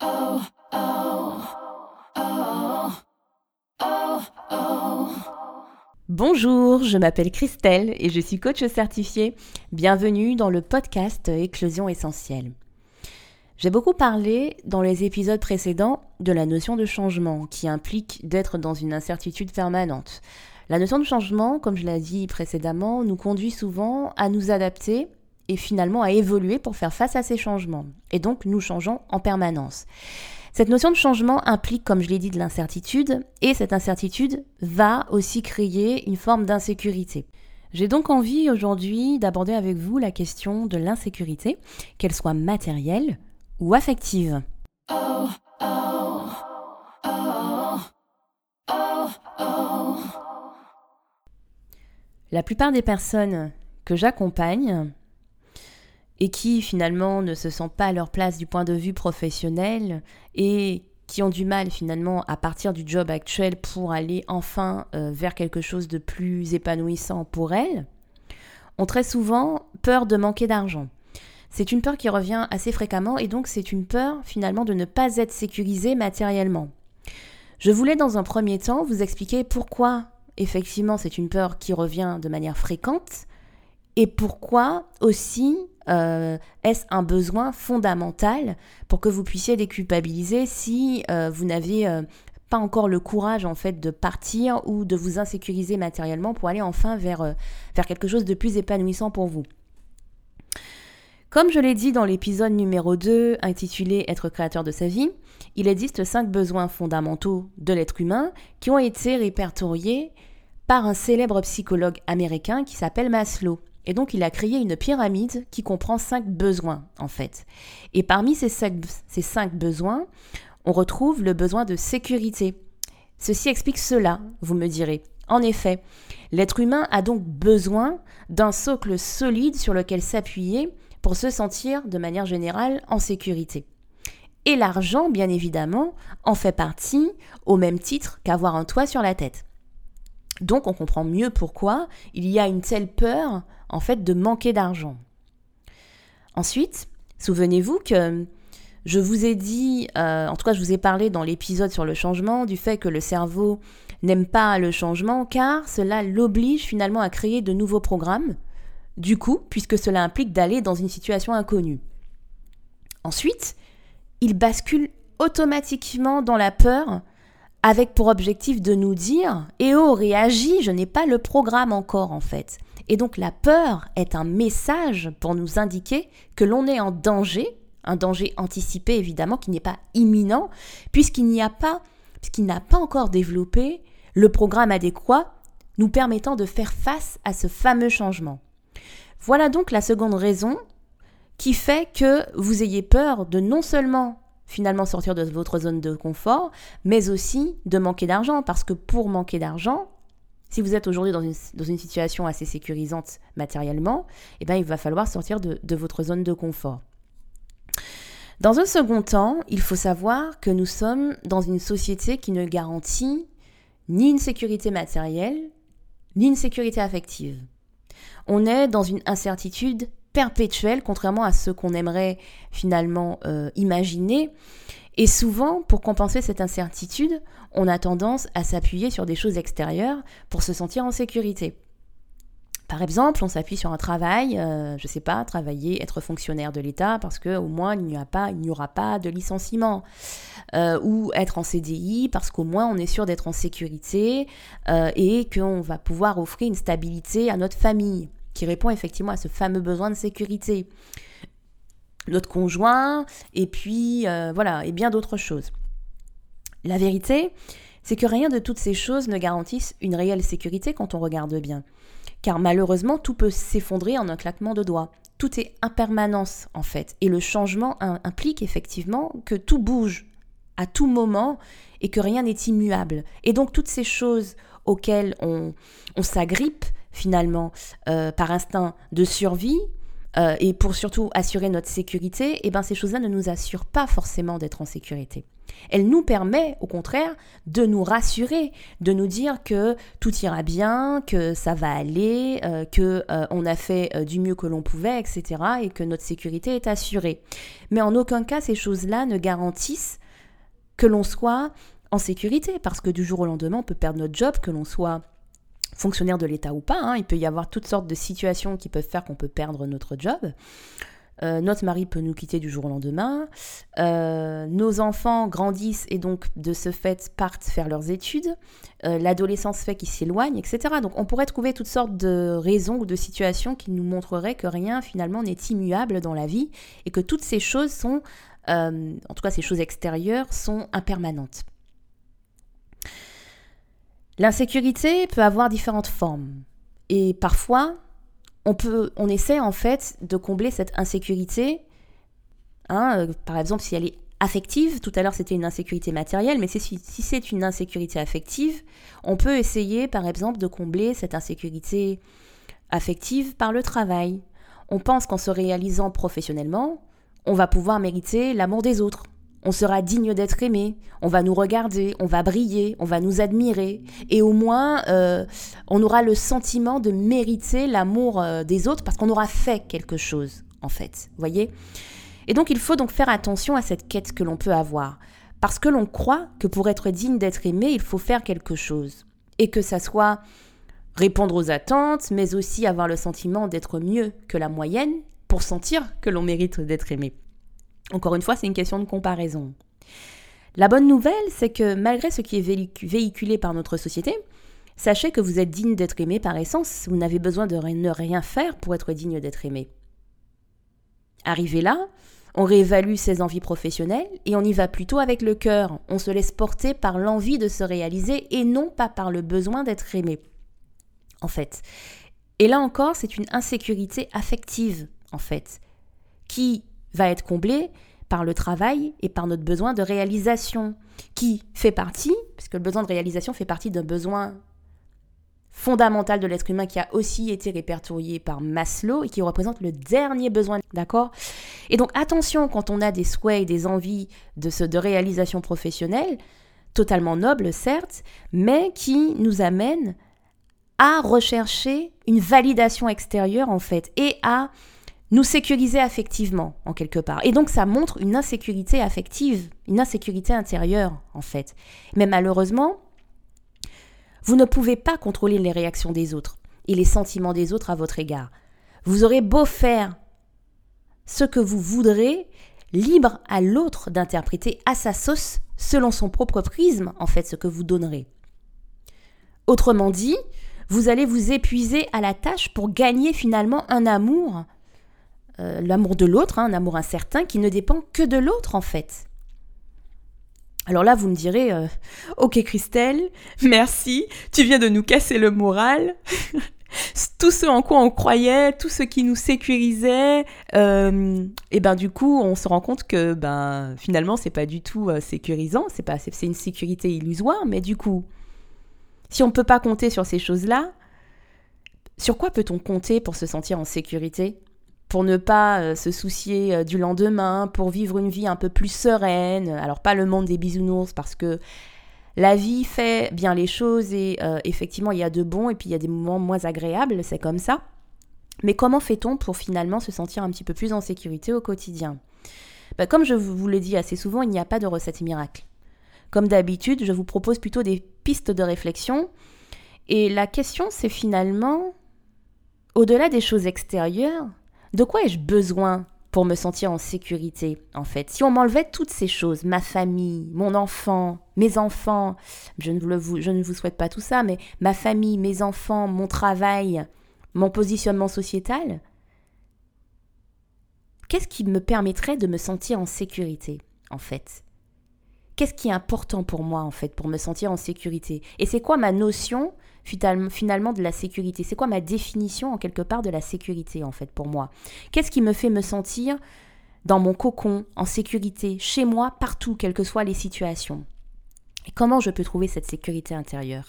Bonjour, je m'appelle Christelle et je suis coach certifiée. Bienvenue dans le podcast Éclosion Essentielle. J'ai beaucoup parlé dans les épisodes précédents de la notion de changement qui implique d'être dans une incertitude permanente. La notion de changement, comme je l'ai dit précédemment, nous conduit souvent à nous adapter et finalement à évoluer pour faire face à ces changements. Et donc nous changeons en permanence. Cette notion de changement implique, comme je l'ai dit, de l'incertitude, et cette incertitude va aussi créer une forme d'insécurité. J'ai donc envie aujourd'hui d'aborder avec vous la question de l'insécurité, qu'elle soit matérielle ou affective. La plupart des personnes que j'accompagne et qui finalement ne se sentent pas à leur place du point de vue professionnel et qui ont du mal finalement à partir du job actuel pour aller enfin vers quelque chose de plus épanouissant pour elles, ont très souvent peur de manquer d'argent. C'est une peur qui revient assez fréquemment et donc c'est une peur finalement de ne pas être sécurisée matériellement. Je voulais dans un premier temps vous expliquer pourquoi effectivement c'est une peur qui revient de manière fréquente et pourquoi aussi est-ce un besoin fondamental pour que vous puissiez déculpabiliser si vous n'avez pas encore le courage en fait de partir ou de vous insécuriser matériellement pour aller enfin vers quelque chose de plus épanouissant pour vous. Comme je l'ai dit dans l'épisode numéro 2 intitulé « Être créateur de sa vie », il existe 5 besoins fondamentaux de l'être humain qui ont été répertoriés par un célèbre psychologue américain qui s'appelle Maslow. Et donc, il a créé une pyramide qui comprend 5 besoins, en fait. Et parmi ces 5 besoins, on retrouve le besoin de sécurité. Ceci explique cela, vous me direz. En effet, l'être humain a donc besoin d'un socle solide sur lequel s'appuyer pour se sentir, de manière générale, en sécurité. Et l'argent, bien évidemment, en fait partie au même titre qu'avoir un toit sur la tête. Donc, on comprend mieux pourquoi il y a une telle peur, en fait, de manquer d'argent. Ensuite, souvenez-vous que je vous ai dit, en tout cas, je vous ai parlé dans l'épisode sur le changement, du fait que le cerveau n'aime pas le changement, car cela l'oblige finalement à créer de nouveaux programmes, du coup, puisque cela implique d'aller dans une situation inconnue. Ensuite, il bascule automatiquement dans la peur, avec pour objectif de nous dire « Eh oh, réagis, je n'ai pas le programme encore en fait ». Et donc la peur est un message pour nous indiquer que l'on est en danger, un danger anticipé évidemment, qui n'est pas imminent, puisqu'il n'a pas encore développé le programme adéquat nous permettant de faire face à ce fameux changement. Voilà donc la seconde raison qui fait que vous ayez peur de non seulement finalement sortir de votre zone de confort, mais aussi de manquer d'argent, parce que pour manquer d'argent, si vous êtes aujourd'hui dans une situation assez sécurisante matériellement, eh bien, il va falloir sortir de votre zone de confort. Dans un second temps, il faut savoir que nous sommes dans une société qui ne garantit ni une sécurité matérielle, ni une sécurité affective. On est dans une incertitude perpétuelle, contrairement à ce qu'on aimerait finalement imaginer. Et souvent, pour compenser cette incertitude, on a tendance à s'appuyer sur des choses extérieures pour se sentir en sécurité. Par exemple, on s'appuie sur un travail, travailler, être fonctionnaire de l'État parce qu'au moins il n'y aura pas de licenciement. Ou être en CDI parce qu'au moins on est sûr d'être en sécurité et qu'on va pouvoir offrir une stabilité à notre famille, qui répond effectivement à ce fameux besoin de sécurité. Notre conjoint, et puis et bien d'autres choses. La vérité, c'est que rien de toutes ces choses ne garantissent une réelle sécurité quand on regarde bien. Car malheureusement, tout peut s'effondrer en un claquement de doigts. Tout est impermanence en fait. Et le changement implique effectivement que tout bouge à tout moment et que rien n'est immuable. Et donc toutes ces choses auxquelles on s'agrippe finalement par instinct de survie, et pour surtout assurer notre sécurité, eh ben ces choses-là ne nous assurent pas forcément d'être en sécurité. Elle nous permet, au contraire, de nous rassurer, de nous dire que tout ira bien, que ça va aller, qu'on a fait du mieux que l'on pouvait, etc. et que notre sécurité est assurée. Mais en aucun cas, ces choses-là ne garantissent que l'on soit en sécurité, parce que du jour au lendemain, on peut perdre notre job, que l'on soit fonctionnaire de l'État ou pas, hein. Il peut y avoir toutes sortes de situations qui peuvent faire qu'on peut perdre notre job. Notre mari peut nous quitter du jour au lendemain. Nos enfants grandissent et donc de ce fait partent faire leurs études. L'adolescence fait qu'ils s'éloignent, etc. Donc on pourrait trouver toutes sortes de raisons ou de situations qui nous montreraient que rien finalement n'est immuable dans la vie et que toutes ces choses sont, en tout cas ces choses extérieures, sont impermanentes. L'insécurité peut avoir différentes formes et parfois on essaie en fait de combler cette insécurité, par exemple si elle est affective, tout à l'heure c'était une insécurité matérielle, mais si c'est une insécurité affective, on peut essayer par exemple de combler cette insécurité affective par le travail. On pense qu'en se réalisant professionnellement, on va pouvoir mériter l'amour des autres. On sera digne d'être aimé, on va nous regarder, on va briller, on va nous admirer. Et au moins, on aura le sentiment de mériter l'amour des autres parce qu'on aura fait quelque chose, en fait. Vous voyez ? Et donc, il faut donc faire attention à cette quête que l'on peut avoir. Parce que l'on croit que pour être digne d'être aimé, il faut faire quelque chose. Et que ça soit répondre aux attentes, mais aussi avoir le sentiment d'être mieux que la moyenne pour sentir que l'on mérite d'être aimé. Encore une fois, c'est une question de comparaison. La bonne nouvelle, c'est que malgré ce qui est véhiculé par notre société, sachez que vous êtes digne d'être aimé par essence. Vous n'avez besoin de ne rien faire pour être digne d'être aimé. Arrivé là, on réévalue ses envies professionnelles et on y va plutôt avec le cœur. On se laisse porter par l'envie de se réaliser et non pas par le besoin d'être aimé, en fait. Et là encore, c'est une insécurité affective, en fait, qui va être comblé par le travail et par notre besoin de réalisation, qui fait partie, puisque le besoin de réalisation fait partie d'un besoin fondamental de l'être humain qui a aussi été répertorié par Maslow et qui représente le dernier besoin, d'accord ? Et donc attention quand on a des souhaits et des envies de réalisation professionnelle, totalement nobles certes, mais qui nous amènent à rechercher une validation extérieure en fait et à nous sécuriser affectivement, en quelque part. Et donc, ça montre une insécurité affective, une insécurité intérieure, en fait. Mais malheureusement, vous ne pouvez pas contrôler les réactions des autres et les sentiments des autres à votre égard. Vous aurez beau faire ce que vous voudrez, libre à l'autre d'interpréter à sa sauce, selon son propre prisme, en fait, ce que vous donnerez. Autrement dit, vous allez vous épuiser à la tâche pour gagner finalement un amour, l'amour de l'autre, un amour incertain qui ne dépend que de l'autre en fait. Alors là, vous me direz, ok Christelle, merci, tu viens de nous casser le moral. Tout ce en quoi on croyait, tout ce qui nous sécurisait, et ben du coup, on se rend compte que finalement, c'est pas du tout sécurisant, c'est une sécurité illusoire, mais du coup, si on ne peut pas compter sur ces choses-là, sur quoi peut-on compter pour se sentir en sécurité ? Pour ne pas se soucier du lendemain, pour vivre une vie un peu plus sereine. Alors pas le monde des bisounours parce que la vie fait bien les choses et effectivement il y a de bons et puis il y a des moments moins agréables, c'est comme ça. Mais comment fait-on pour finalement se sentir un petit peu plus en sécurité au quotidien ? Comme je vous le dis assez souvent, il n'y a pas de recette miracle. Comme d'habitude, je vous propose plutôt des pistes de réflexion. Et la question c'est finalement, au-delà des choses extérieures, de quoi ai-je besoin pour me sentir en sécurité, en fait ? Si on m'enlevait toutes ces choses, ma famille, mon enfant, mes enfants, je ne vous souhaite pas tout ça, mais ma famille, mes enfants, mon travail, mon positionnement sociétal, qu'est-ce qui me permettrait de me sentir en sécurité, en fait ? Qu'est-ce qui est important pour moi, en fait, pour me sentir en sécurité ? Et c'est quoi ma notion finalement de la sécurité ? C'est quoi ma définition en quelque part de la sécurité en fait pour moi ? Qu'est-ce qui me fait me sentir dans mon cocon, en sécurité, chez moi, partout, quelles que soient les situations ? Et comment je peux trouver cette sécurité intérieure ?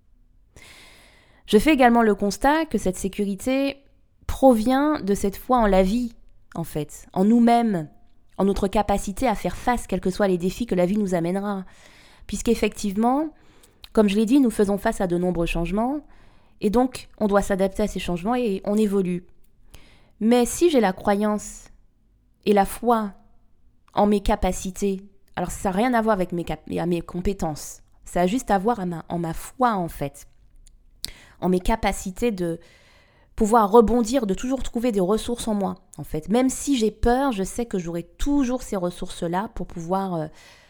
Je fais également le constat que cette sécurité provient de cette foi en la vie, en fait, en nous-mêmes, en notre capacité à faire face, quels que soient les défis que la vie nous amènera. Puisqu'effectivement, comme je l'ai dit, nous faisons face à de nombreux changements, et donc on doit s'adapter à ces changements et on évolue. Mais si j'ai la croyance et la foi en mes capacités, alors ça n'a rien à voir avec mes compétences, ça a juste à voir en ma foi en fait, en mes capacités de pouvoir rebondir, de toujours trouver des ressources en moi en fait. Même si j'ai peur, je sais que j'aurai toujours ces ressources-là pour pouvoir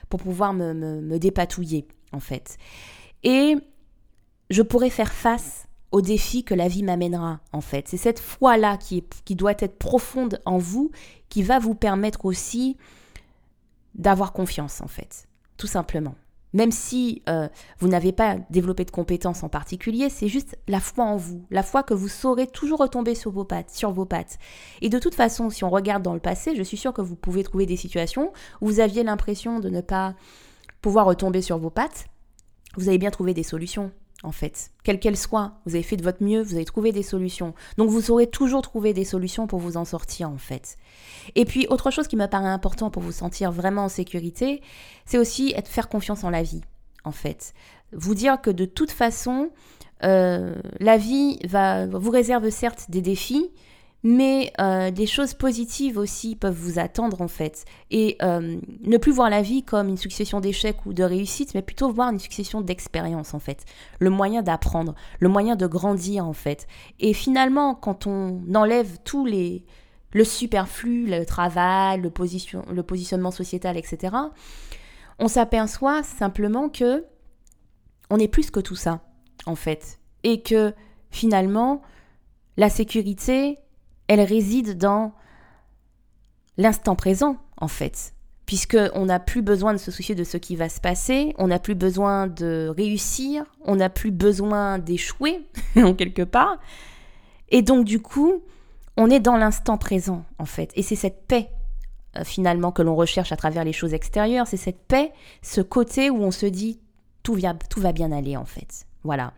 me dépatouiller en fait. Et je pourrai faire face aux défis que la vie m'amènera, en fait. C'est cette foi-là qui doit être profonde en vous, qui va vous permettre aussi d'avoir confiance, en fait, tout simplement. Même si vous n'avez pas développé de compétences en particulier, c'est juste la foi en vous, la foi que vous saurez toujours retomber sur vos pattes. Et de toute façon, si on regarde dans le passé, je suis sûre que vous pouvez trouver des situations où vous aviez l'impression de ne pas pouvoir retomber sur vos pattes. Vous avez bien trouvé des solutions. En fait, quelles qu'elles soient, vous avez fait de votre mieux, vous avez trouvé des solutions. Donc vous saurez toujours trouver des solutions pour vous en sortir en fait. Et puis autre chose qui me paraît important pour vous sentir vraiment en sécurité, c'est aussi faire confiance en la vie en fait. Vous dire que de toute façon, la vie vous réserve certes des défis, mais des choses positives aussi peuvent vous attendre en fait. Et ne plus voir la vie comme une succession d'échecs ou de réussites, mais plutôt voir une succession d'expériences en fait. Le moyen d'apprendre, le moyen de grandir en fait. Et finalement, quand on enlève le superflu, le travail, le positionnement sociétal, etc., on s'aperçoit simplement que on est plus que tout ça en fait. Et que finalement, la sécurité, elle réside dans l'instant présent, en fait. Puisqu'on n'a plus besoin de se soucier de ce qui va se passer, on n'a plus besoin de réussir, on n'a plus besoin d'échouer, en quelque part. Et donc, du coup, on est dans l'instant présent, en fait. Et c'est cette paix, finalement, que l'on recherche à travers les choses extérieures. C'est cette paix, ce côté où on se dit tout va bien aller, en fait. Voilà.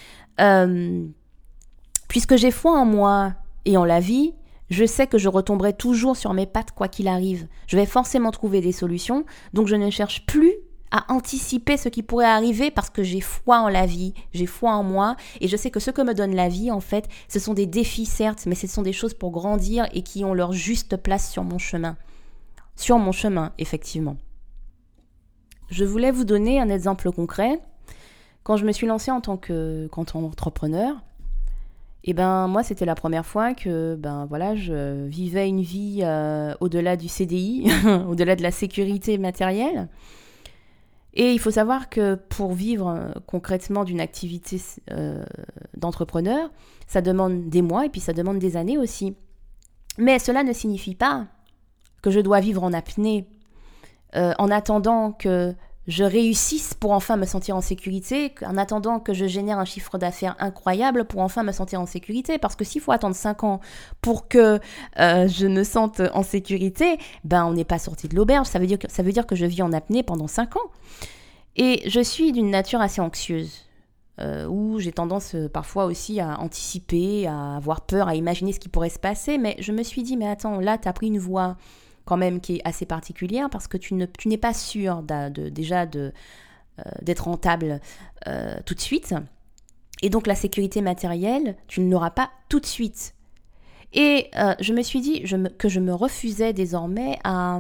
Puisque j'ai foi en moi, et en la vie, je sais que je retomberai toujours sur mes pattes quoi qu'il arrive. Je vais forcément trouver des solutions, donc je ne cherche plus à anticiper ce qui pourrait arriver parce que j'ai foi en la vie, j'ai foi en moi et je sais que ce que me donne la vie, en fait, ce sont des défis certes, mais ce sont des choses pour grandir et qui ont leur juste place sur mon chemin. Sur mon chemin, effectivement. Je voulais vous donner un exemple concret. Quand je me suis lancée en tant qu'entrepreneur, et moi, c'était la première fois que je vivais une vie au-delà du CDI, au-delà de la sécurité matérielle. Et il faut savoir que pour vivre concrètement d'une activité d'entrepreneur, ça demande des mois et puis ça demande des années aussi. Mais cela ne signifie pas que je dois vivre en apnée en attendant que je réussisse pour enfin me sentir en sécurité, en attendant que je génère un chiffre d'affaires incroyable pour enfin me sentir en sécurité. Parce que s'il faut attendre 5 ans pour que je me sente en sécurité, on n'est pas sorti de l'auberge. Ça veut dire que je vis en apnée pendant 5 ans. Et je suis d'une nature assez anxieuse, où j'ai tendance parfois aussi à anticiper, à avoir peur, à imaginer ce qui pourrait se passer. Mais je me suis dit, mais attends, là, tu as pris une voie quand même qui est assez particulière parce que tu n'es pas sûr d'être rentable tout de suite. Et donc la sécurité matérielle, tu ne l'auras pas tout de suite. Et je me suis dit que je me refusais désormais à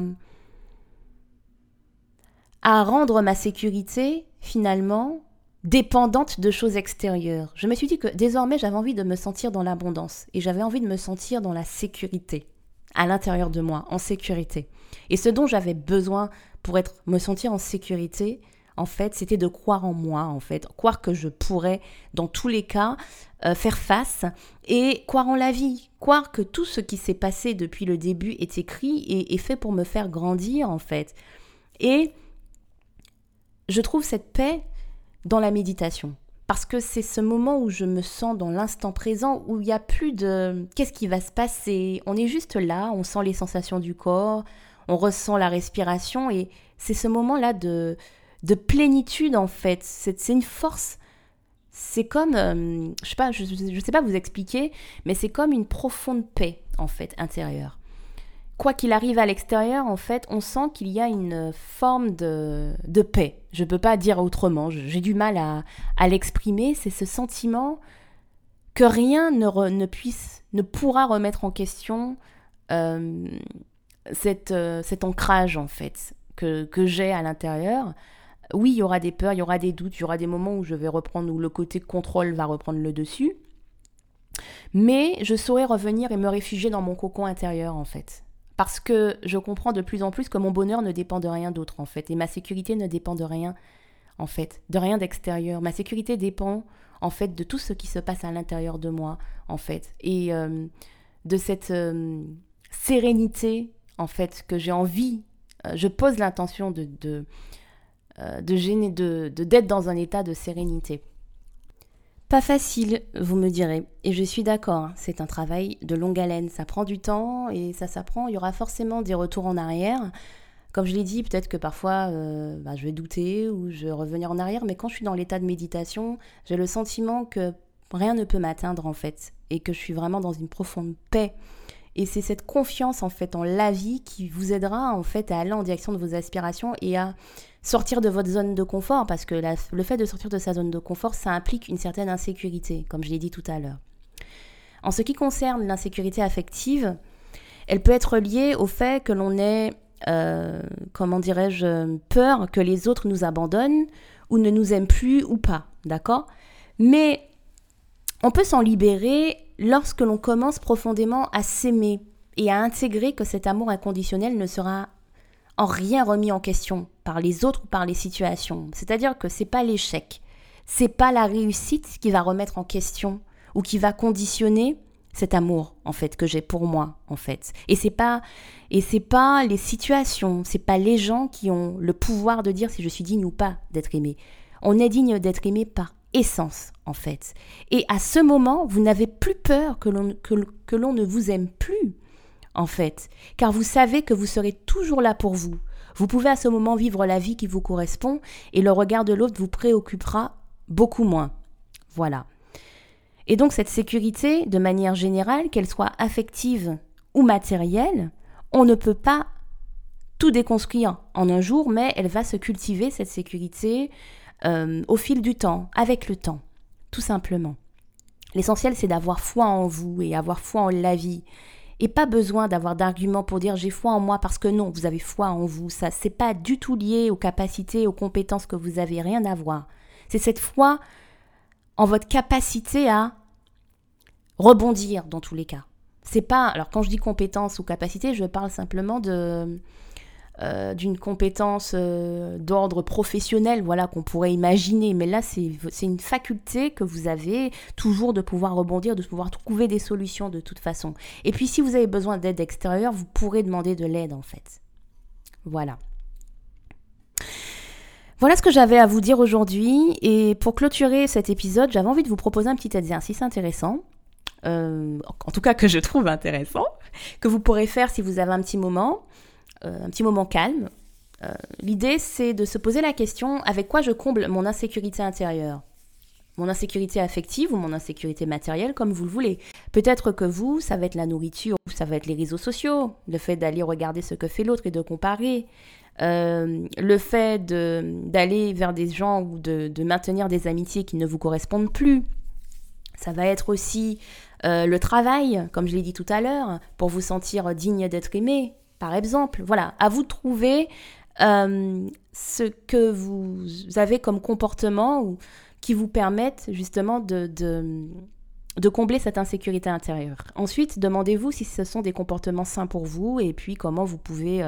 rendre ma sécurité finalement dépendante de choses extérieures. Je me suis dit que désormais j'avais envie de me sentir dans l'abondance et j'avais envie de me sentir dans la sécurité. À l'intérieur de moi, en sécurité. Et ce dont j'avais besoin pour me sentir en sécurité, en fait, c'était de croire en moi, en fait. Croire que je pourrais, dans tous les cas, faire face et croire en la vie. Croire que tout ce qui s'est passé depuis le début est écrit et est fait pour me faire grandir, en fait. Et je trouve cette paix dans la méditation. Parce que c'est ce moment où je me sens dans l'instant présent, où il n'y a plus de « qu'est-ce qui va se passer ?» On est juste là, on sent les sensations du corps, on ressent la respiration et c'est ce moment-là de plénitude en fait. C'est une force, c'est comme, je sais pas vous expliquer, mais c'est comme une profonde paix, en fait, intérieure. Quoi qu'il arrive à l'extérieur, en fait, on sent qu'il y a une forme de paix. Je ne peux pas dire autrement, j'ai du mal à l'exprimer. C'est ce sentiment que rien ne pourra remettre en question cet ancrage, en fait, que j'ai à l'intérieur. Oui, il y aura des peurs, il y aura des doutes, il y aura des moments où je vais reprendre, où le côté contrôle va reprendre le dessus. Mais je saurai revenir et me réfugier dans mon cocon intérieur, en fait. Parce que je comprends de plus en plus que mon bonheur ne dépend de rien d'autre, en fait. Et ma sécurité ne dépend de rien, en fait. De rien d'extérieur. Ma sécurité dépend, en fait, de tout ce qui se passe à l'intérieur de moi, en fait. Et de cette sérénité, en fait, que j'ai envie. Je pose l'intention d'être dans un état de sérénité. Pas facile, vous me direz, et je suis d'accord, c'est un travail de longue haleine, ça prend du temps et ça s'apprend, il y aura forcément des retours en arrière. Comme je l'ai dit, peut-être que parfois je vais douter ou je vais revenir en arrière, mais quand je suis dans l'état de méditation, j'ai le sentiment que rien ne peut m'atteindre en fait, et que je suis vraiment dans une profonde paix. Et c'est cette confiance en fait en la vie qui vous aidera en fait à aller en direction de vos aspirations et à sortir de votre zone de confort, parce que le fait de sortir de sa zone de confort, ça implique une certaine insécurité, comme je l'ai dit tout à l'heure. En ce qui concerne l'insécurité affective, elle peut être liée au fait que l'on ait, peur que les autres nous abandonnent ou ne nous aiment plus ou pas, d'accord ? Mais on peut s'en libérer lorsque l'on commence profondément à s'aimer et à intégrer que cet amour inconditionnel ne sera en rien remis en question par les autres ou par les situations. C'est-à-dire que c'est pas l'échec, c'est pas la réussite qui va remettre en question ou qui va conditionner cet amour en fait que j'ai pour moi en fait. Et c'est pas les situations, c'est pas les gens qui ont le pouvoir de dire si je suis digne ou pas d'être aimé. On est digne d'être aimé par essence en fait. Et à ce moment, vous n'avez plus peur que l'on ne vous aime plus. En fait, car vous savez que vous serez toujours là pour vous. Vous pouvez à ce moment vivre la vie qui vous correspond et le regard de l'autre vous préoccupera beaucoup moins. Voilà. Et donc cette sécurité, de manière générale, qu'elle soit affective ou matérielle, on ne peut pas tout déconstruire en un jour, mais elle va se cultiver, cette sécurité, au fil du temps, avec le temps, tout simplement. L'essentiel, c'est d'avoir foi en vous et avoir foi en la vie. Et pas besoin d'avoir d'arguments pour dire j'ai foi en moi, parce que non, vous avez foi en vous. Ça, c'est pas du tout lié aux capacités, aux compétences que vous avez, rien à voir. C'est cette foi en votre capacité à rebondir dans tous les cas. C'est pas, alors quand je dis compétence ou capacité, je parle simplement d'une compétence d'ordre professionnel, voilà, qu'on pourrait imaginer. Mais là, c'est une faculté que vous avez toujours de pouvoir rebondir, de pouvoir trouver des solutions de toute façon. Et puis, si vous avez besoin d'aide extérieure, vous pourrez demander de l'aide, en fait. Voilà. Voilà ce que j'avais à vous dire aujourd'hui. Et pour clôturer cet épisode, j'avais envie de vous proposer un petit exercice intéressant. En tout cas, que je trouve intéressant, que vous pourrez faire si vous avez un petit moment calme. L'idée, c'est de se poser la question, avec quoi je comble mon insécurité intérieure ? Mon insécurité affective ou mon insécurité matérielle, comme vous le voulez. Peut-être que vous, ça va être la nourriture, ou ça va être les réseaux sociaux, le fait d'aller regarder ce que fait l'autre et de comparer, le fait d'aller vers des gens ou de maintenir des amitiés qui ne vous correspondent plus. Ça va être aussi le travail, comme je l'ai dit tout à l'heure, pour vous sentir digne d'être aimé, par exemple. Voilà, à vous de trouver ce que vous avez comme comportement ou qui vous permettent justement de combler cette insécurité intérieure. Ensuite, demandez-vous si ce sont des comportements sains pour vous et puis comment vous pouvez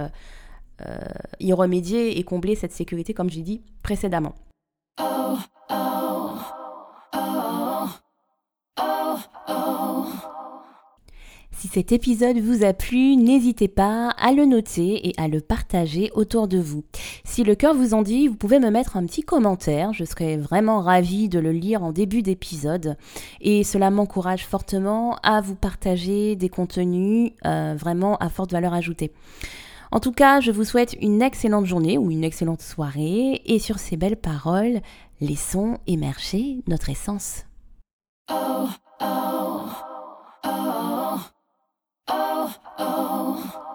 y remédier et combler cette sécurité, comme j'ai dit précédemment. Oh, oh, oh, oh, oh. Si cet épisode vous a plu, n'hésitez pas à le noter et à le partager autour de vous. Si le cœur vous en dit, vous pouvez me mettre un petit commentaire. Je serais vraiment ravie de le lire en début d'épisode. Et cela m'encourage fortement à vous partager des contenus vraiment à forte valeur ajoutée. En tout cas, je vous souhaite une excellente journée ou une excellente soirée. Et sur ces belles paroles, laissons émerger notre essence. Oh, oh, oh, oh, oh.